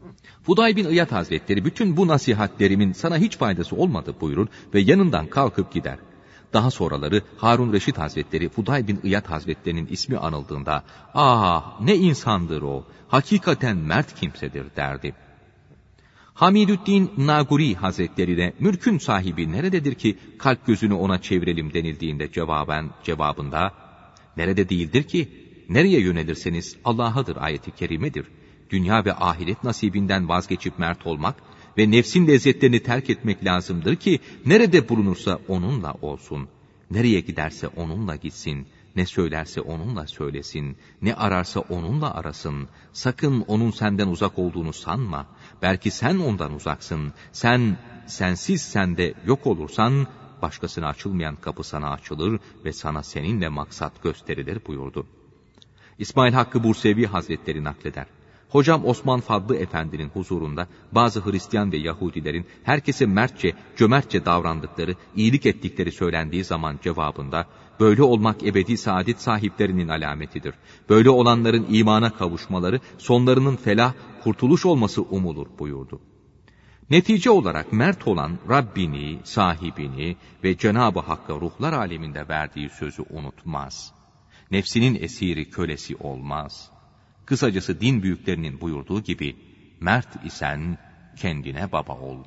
Fuday bin İyad Hazretleri bütün bu nasihatlerimin sana hiç faydası olmadı buyurur ve yanından kalkıp gider. Daha sonraları Harun Reşit Hazretleri Fuday bin İyad Hazretlerinin ismi anıldığında "Ah ne insandır o, hakikaten mert kimsedir" derdi. Hamidüddin Naguri Hazretleri de mülkün sahibi nerededir ki kalp gözünü ona çevirelim denildiğinde cevabında nerede değildir ki, nereye yönelirseniz Allah'adır ayeti kerimedir. Dünya ve ahiret nasibinden vazgeçip mert olmak ve nefsin lezzetlerini terk etmek lazımdır ki nerede bulunursa onunla olsun. Nereye giderse onunla gitsin. Ne söylerse onunla söylesin. Ne ararsa onunla arasın. Sakın onun senden uzak olduğunu sanma. Belki sen ondan uzaksın. Sensiz sende yok olursan başkasına açılmayan kapı sana açılır ve sana seninle maksat gösterilir buyurdu. İsmail Hakkı Bursevi Hazretleri nakleder. Hocam Osman Fadlı Efendi'nin huzurunda bazı Hristiyan ve Yahudilerin herkese mertçe, cömertçe davrandıkları, iyilik ettikleri söylendiği zaman cevabında, böyle olmak ebedi saadet sahiplerinin alametidir. Böyle olanların imana kavuşmaları, sonlarının felah, kurtuluş olması umulur buyurdu. Netice olarak mert olan Rabbini, sahibini ve Cenab-ı Hakk'a ruhlar aleminde verdiği sözü unutmaz. Nefsinin esiri, kölesi olmaz. Kısacası din büyüklerinin buyurduğu gibi, mert isen kendine baba ol.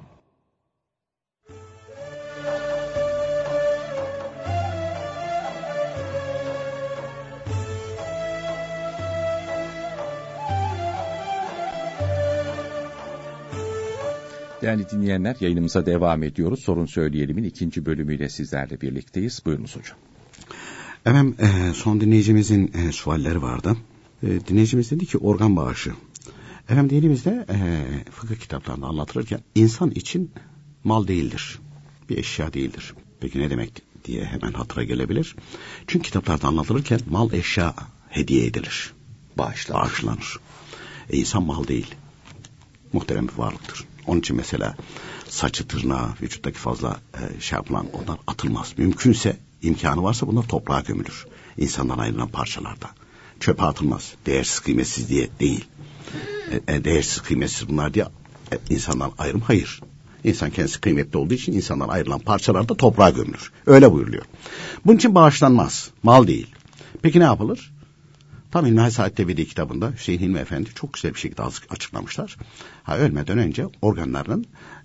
Değerli dinleyenler, yayınımıza devam ediyoruz. Sorun Söyleyelim'in 2. bölümüyle sizlerle birlikteyiz. Buyurunuz hocam. Efendim son dinleyicimizin sualleri vardı. Dinleyicimiz dedi ki organ bağışı. Efendim dinimizde fıkıh kitaplarında anlatılırken insan için mal değildir. Bir eşya değildir. Peki ne demek diye hemen hatıra gelebilir. Çünkü kitaplarda anlatılırken mal eşya hediye edilir. Bağışlanır. İnsan mal değil. Muhterem bir varlıktır. Onun için mesela saçı, tırnağı, vücuttaki fazla yapılan onlar atılmaz. Mümkünse, imkanı varsa bunlar toprağa gömülür. İnsandan ayrılan parçalarda. Çöpe atılmaz. Değersiz, kıymetsiz diye değil. Değersiz, kıymetsiz bunlar diye insandan ayrım hayır. İnsan kendisi kıymetli olduğu için insandan ayrılan parçalarda toprağa gömülür. Öyle buyuruluyor. Bunun için bağışlanmaz. Mal değil. Peki ne yapılır? Tam İlmihal Saat Tevhidi kitabında Hüseyin Hilmi Efendi çok güzel bir şekilde açıklamışlar. Ölmeden önce organlarının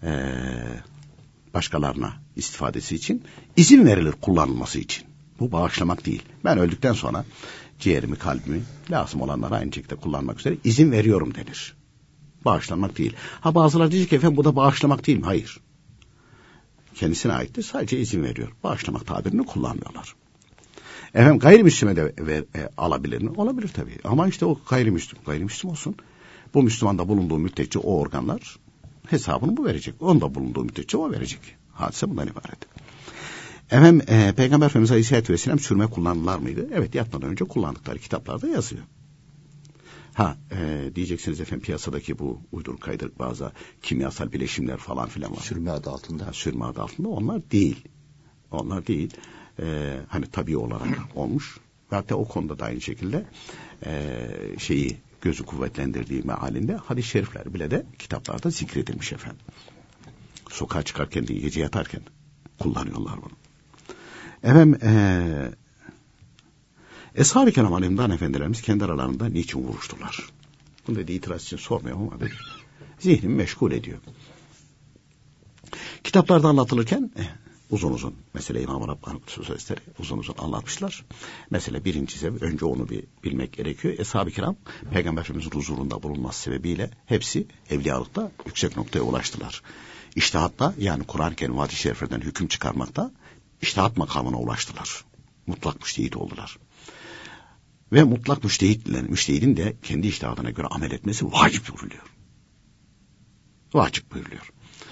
başkalarına istifadesi için izin verilir kullanılması için. Bu bağışlamak değil. Ben öldükten sonra ciğerimi, kalbimi lazım olanlara aynı şekilde kullanmak üzere izin veriyorum denir. Bağışlamak değil. Bazıları diyecek ki efendim bu da bağışlamak değil mi? Hayır. Kendisine aittir. Sadece izin veriyor. Bağışlamak tabirini kullanmıyorlar. Efendim gayrimüslime de alabilir mi? Olabilir tabii. Ama işte o gayrimüslim olsun. Bu Müslüman bulunduğu müddetçe o organlar hesabını bu verecek. Onda bulunduğu müddetçe o verecek. Hadise bundan ibaret. Efendim Peygamber Efendimiz Aleyhisselatü Vesselam sürme kullanırlar mıydı? Evet, yatmadan önce kullandıkları kitaplarda yazıyor. Diyeceksiniz efendim piyasadaki bu uyduruk kaydırık bazı kimyasal bileşimler falan filan var. Sürme adı altında. Sürme adı altında onlar değil. Onlar değil. Hani tabii olarak olmuş. Hatta o konuda da aynı şekilde gözü kuvvetlendirdiği mealinde hadis-i şerifler bile de kitaplarda zikredilmiş efendim. Sokağa çıkarken değil, gece yatarken kullanıyorlar bunu. Efendim Eshab-ı Kiram Aleyhim'den efendilerimiz kendi aralarında niçin vuruştular? Bunu da itiraz için sormuyorum ama zihnimi meşgul ediyor. Kitaplarda anlatılırken uzun mesela İmam-ı Rabbani Hazretleri uzun anlatmışlar. Mesela birincisi önce onu bir bilmek gerekiyor. Eshab-ı Kiram Peygamber Efendimiz'in huzurunda bulunması sebebiyle hepsi evliyalıkta yüksek noktaya ulaştılar. İçtihatta yani Kur'an-ı Kerim hadis-i şeriflerden hüküm çıkarmakta içtihat makamına ulaştılar. Mutlak müştehit oldular. Ve mutlak müştehidin de kendi içtihadına göre amel etmesi vacip buyuruluyor. Vacip buyuruluyor.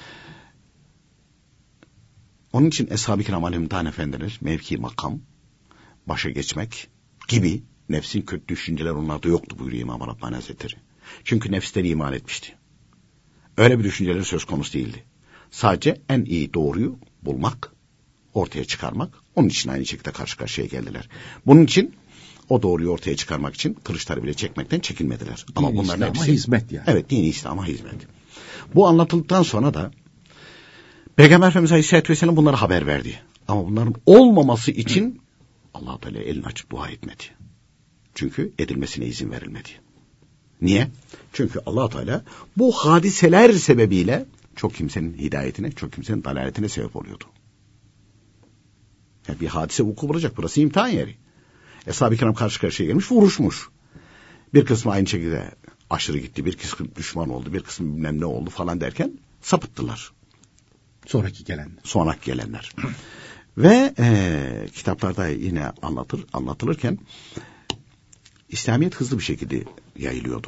Onun için Eshab-ı Kiram Aleyhim'den efendiler mevki makam, başa geçmek gibi nefsin kötü düşünceler onlarda yoktu buyuruyor İmam-ı Rabbani Hazretleri. Çünkü nefsleri iman etmişti. Öyle bir düşünceleri söz konusu değildi. Sadece en iyi doğruyu bulmak, ortaya çıkarmak. Onun için aynı şekilde karşı karşıya geldiler. Bunun için O doğruyu ortaya çıkarmak için kılıçları bile çekmekten çekinmediler. Ama Dini bunların İslam'a hepsi hizmet yani. Evet, dini İslam'a hizmet. Bu anlatıldıktan sonra da Peygamber Efendimiz Aleyhisselatü Vesselam bunlara haber verdi. Ama bunların olmaması için Allah Teala elini açıp dua etmedi. Çünkü edilmesine izin verilmedi. Niye? Çünkü Allah Teala bu hadiseler sebebiyle çok kimsenin hidayetine, çok kimsenin dalaletine sebep oluyordu. Yani bir hadise vuku bulacak. Burası imtihan yeri. Eshab-ı Kiram karşı karşıya gelmiş, vuruşmuş. Bir kısmı aynı şekilde aşırı gitti, bir kısmı düşman oldu, bir kısmı bilmem ne oldu falan derken sapıttılar. Sonraki gelenler. Ve kitaplarda yine anlatılırken İslamiyet hızlı bir şekilde yayılıyordu.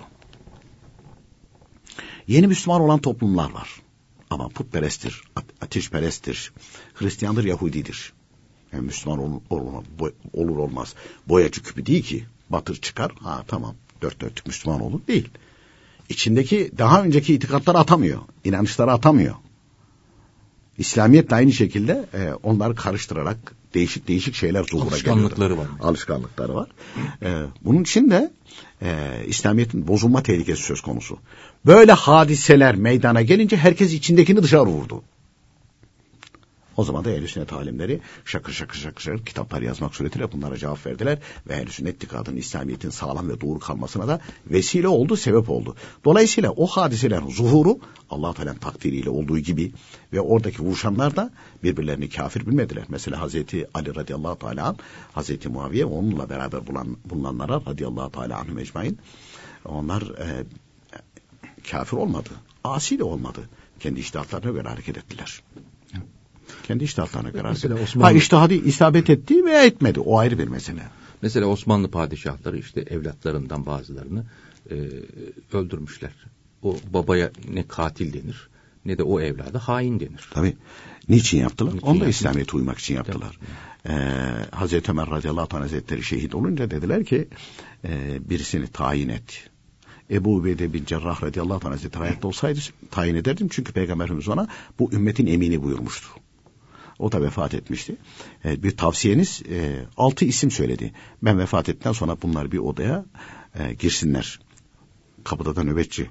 Yeni Müslüman olan toplumlar var. Ama putperesttir, ateşperesttir, Hristiyandır, Yahudidir. Yani Müslüman olur olmaz. Boyacı küpü değil ki. Batır çıkar, ha tamam, dört dörtlük Müslüman olur değil. İçindeki daha önceki itikatları atamıyor, inanışları atamıyor. İslamiyet de aynı şekilde onları karıştırarak değişik şeyler zuhura geliyor. Alışkanlıkları var. Bunun için de İslamiyet'in bozulma tehlikesi söz konusu. Böyle hadiseler meydana gelince herkes içindekini dışarı vurdu. O zaman da Ehl-i Sünnet alimleri şakır kitaplar yazmak suretiyle bunlara cevap verdiler ve Ehl-i Sünnet itikadının, İslamiyet'in sağlam ve doğru kalmasına da vesile oldu, sebep oldu. Dolayısıyla o hadiselerin zuhuru Allah Teala'nın takdiriyle olduğu gibi ve oradaki vuruşanlar da birbirlerini kafir bilmediler. Mesela Hazreti Ali radıyallahu teala anh, Hazreti Muaviye onunla beraber bulunanlara radıyallahu teala anhum ecmaîn, onlar kafir olmadı, asi de olmadı. Kendi içtihatlarına göre hareket ettiler. Kendi içtihatlarına göre. İçtihadı isabet etti veya etmedi. O ayrı bir mesele. Mesela Osmanlı padişahları işte evlatlarından bazılarını öldürmüşler. O babaya ne katil denir ne de o evlada hain denir. Tabii. Niçin yaptılar? Onu da İslamiyet'e uymak için yaptılar. Hazreti Ömer radıyallahu anh hazretleri şehit olunca dediler ki birisini tayin et. Ebu Ubeyde bin Cerrah radıyallahu anh hazretleri hayatta olsaydı tayin ederdim. Çünkü Peygamberimiz ona bu ümmetin emini buyurmuştu. O da vefat etmişti. Bir tavsiyeniz 6 isim söyledi. Ben vefat ettikten sonra bunlar bir odaya girsinler. Kapıda da nöbetçi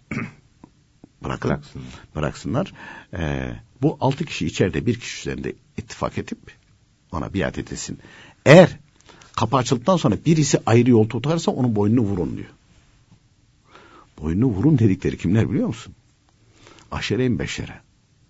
bıraksınlar. Bu 6 kişi içeride bir kişi üzerinde ittifak edip ona biat edilsin. Eğer kapı açıldıktan sonra birisi ayrı yol tutarsa onun boynunu vurun diyor. Boynunu vurun dedikleri kimler biliyor musun? Aşere-i beşere.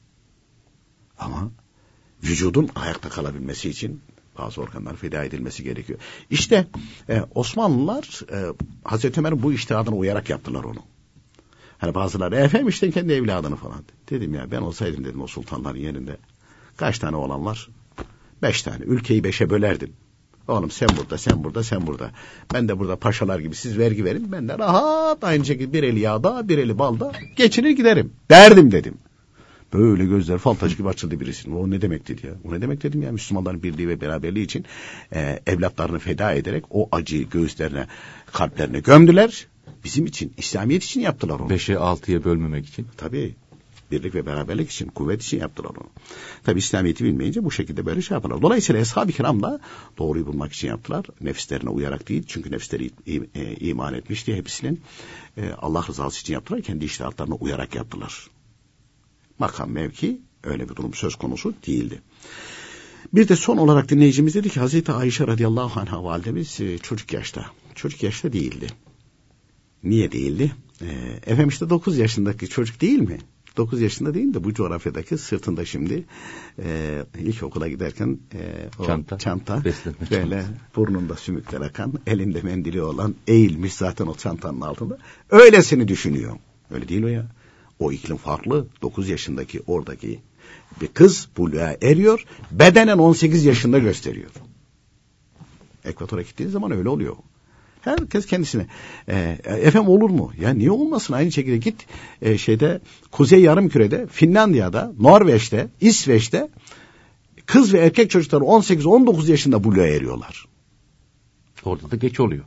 Ama vücudun ayakta kalabilmesi için bazı organlar feda edilmesi gerekiyor. İşte Osmanlılar Hazreti Ömer'in bu içtihadına uyarak yaptılar onu. Hani bazıları efendim işte kendi evladını falan. Dedim ya ben olsaydım dedim o sultanların yerinde. Kaç tane olan var? 5 tane. Ülkeyi 5'e bölerdim. Oğlum sen burada, sen burada, sen burada. Ben de burada paşalar gibi siz vergi verin. Ben de rahat aynı şekilde bir eli yağda, bir eli balda geçinir giderim. Derdim dedim. Böyle gözler fal taşı gibi açıldı birisinin. O ne demek dedi ya? O ne demek dedim ya? Müslümanların birliği ve beraberliği için evlatlarını feda ederek o acıyı göğüslerine, kalplerine gömdüler. Bizim için, İslamiyet için yaptılar onu. 5'e 6'ya bölmemek için. Tabii. Birlik ve beraberlik için, kuvvet için yaptılar onu. Tabii İslamiyet'i bilmeyince bu şekilde böyle şey yaparlar. Dolayısıyla Eshab-ı Kiram da doğruyu bulmak için yaptılar. Nefislerine uyarak değil. Çünkü nefisleri iman etmişti hepsinin. Allah rızası için yaptılar. Kendi içtihatlarına uyarak yaptılar. Makam mevki öyle bir durum söz konusu değildi. Bir de son olarak dinleyicimiz dedi ki Hazreti Ayşe radıyallahu anha validemiz çocuk yaşta değildi. Niye değildi? Efendim işte 9 yaşındaki çocuk değil mi? 9 yaşında değil de bu coğrafyadaki sırtında şimdi ilkokula giderken çanta böyle burnunda sümükler akan, elinde mendili olan eğilmiş zaten o çantanın altında. Öylesini düşünüyor. Öyle değil o ya. O iklim farklı. 9 yaşındaki oradaki bir kız buluğa eriyor. Bedenen 18 yaşında gösteriyor. Ekvatora gittiğiniz zaman öyle oluyor. Herkes kendisine. Efendim olur mu? Ya niye olmasın? Aynı şekilde git Kuzey Yarımküre'de, Finlandiya'da, Norveç'te, İsveç'te kız ve erkek çocukları 18-19 yaşında buluğa eriyorlar. Orada da geç oluyor.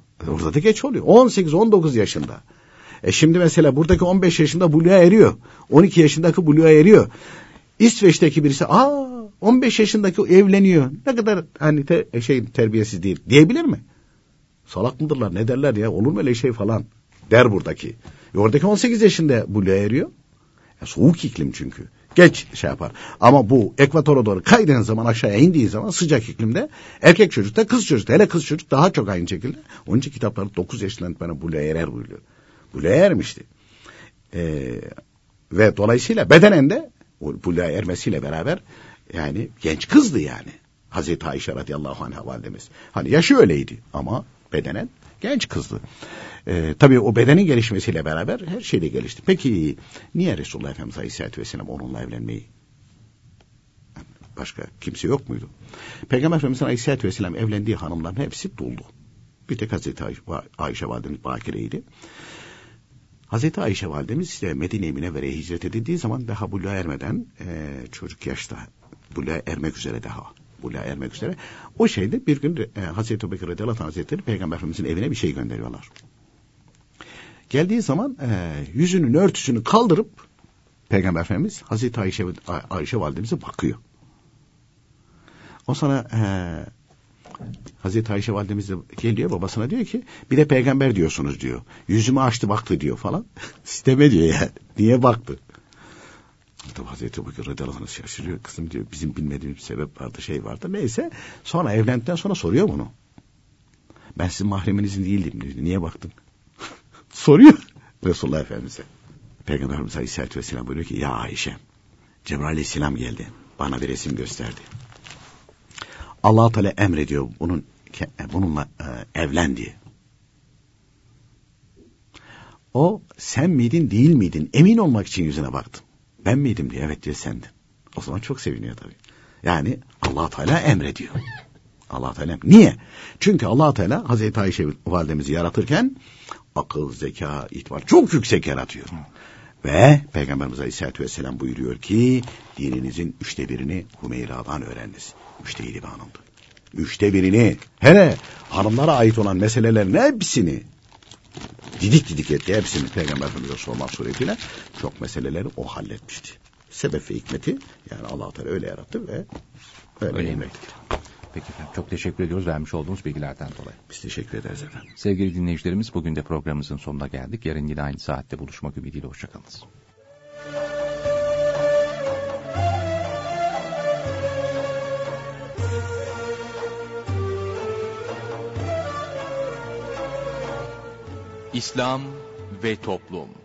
18-19 yaşında. Şimdi mesela buradaki 15 yaşında buluğa eriyor. 12 yaşındaki buluğa eriyor. İsveç'teki birisi 15 yaşındaki evleniyor. Ne kadar hani terbiyesiz değil diyebilir mi? Salak mıdırlar ne derler ya, olur mu öyle şey falan der buradaki. Oradaki 18 yaşında buluğa eriyor. Soğuk iklim çünkü. Geç şey yapar. Ama bu ekvatora doğru kaydığın zaman, aşağıya indiği zaman sıcak iklimde erkek çocuk da kız çocuk da, hele kız çocuk daha çok aynı şekilde. Onun için kitaplarda 9 yaşından itibaren buluğa erer buyuruyor. Buluğa ermişti. Ve dolayısıyla bedenen de o buluğa ermesiyle beraber yani genç kızdı yani. Hazreti Ayşe radıyallahu anha validemiz. Hani yaşı öyleydi ama bedenen genç kızdı. Tabii o bedenin gelişmesiyle beraber her şey de gelişti. Peki niye Resulullah Efendimiz Aleyhisselatü Vesselam onunla evlenmeyi? Başka kimse yok muydu? Peygamber Efendimiz Aleyhisselatü Vesselam evlendiği hanımların hepsi duldu. Bir tek Hazreti Ayşe validemiz bakireydi. Hazreti Ayşe validemiz işte Medine-i Münevvere'ye hicret edildiği zaman daha buluğa ermeden çocuk yaşta, buluğa ermek üzere daha. Buluğa ermek üzere. O şeyde bir gün Hazreti Ebubekir radıyallahu anh hazretleri Peygamber Efendimizin evine bir şey gönderiyorlar. Geldiği zaman yüzünün örtüsünü kaldırıp Peygamber Efendimiz Hazreti Ayşe validemize bakıyor. O sonra Hazreti Ayşe validemiz de geliyor babasına, diyor ki bir de peygamber diyorsunuz diyor. Yüzümü açtı baktı diyor falan. İsteme diyor yani. Niye baktı? Tabi Hazreti Ebubekir radıyallahu anh şaşırıyor. Kızım diyor, bizim bilmediğimiz sebep vardı, şey vardı. Neyse sonra evlendikten sonra soruyor bunu. Ben sizin mahreminizin değildim diyor. Niye baktın? Soruyor Resulullah Efendimiz'e. Peygamber Efendimiz Aleyhisselatü Vesselam buyuruyor ki ya Ayşe, Cebrail Aleyhisselam geldi. Bana bir resim gösterdi. Allah-u Teala emrediyor bununla evlen diye. O sen miydin değil miydin emin olmak için yüzüne baktım. Ben miydim diye, evet diyor sendin. O zaman çok seviniyor tabii. Yani Allah-u Teala emrediyor. Allah-u Teala niye? Çünkü Allah-u Teala Hazreti Ayşe validemizi yaratırken akıl, zeka, itibar çok yüksek yaratıyor. Ve Peygamberimiz Aleyhisselatü Vesselam buyuruyor ki dininizin 1/3'ini Hümeyra'dan öğrendiniz. 3'te 7 hanımdı. 1/3'ini, hele hanımlara ait olan meselelerin hepsini didik etti. Hepsini Peygamber Efendimiz'e sormak suretiyle çok meseleleri o halletmişti. Sebep ve hikmeti yani Allah-u Teala öyle yarattı ve öyle emretti. Peki efendim, çok teşekkür ediyoruz vermiş olduğunuz bilgilerden dolayı. Biz teşekkür ederiz efendim. Sevgili dinleyicilerimiz, bugün de programımızın sonuna geldik. Yarın yine aynı saatte buluşmak ümidiyle hoşçakalınız. İslam ve Toplum.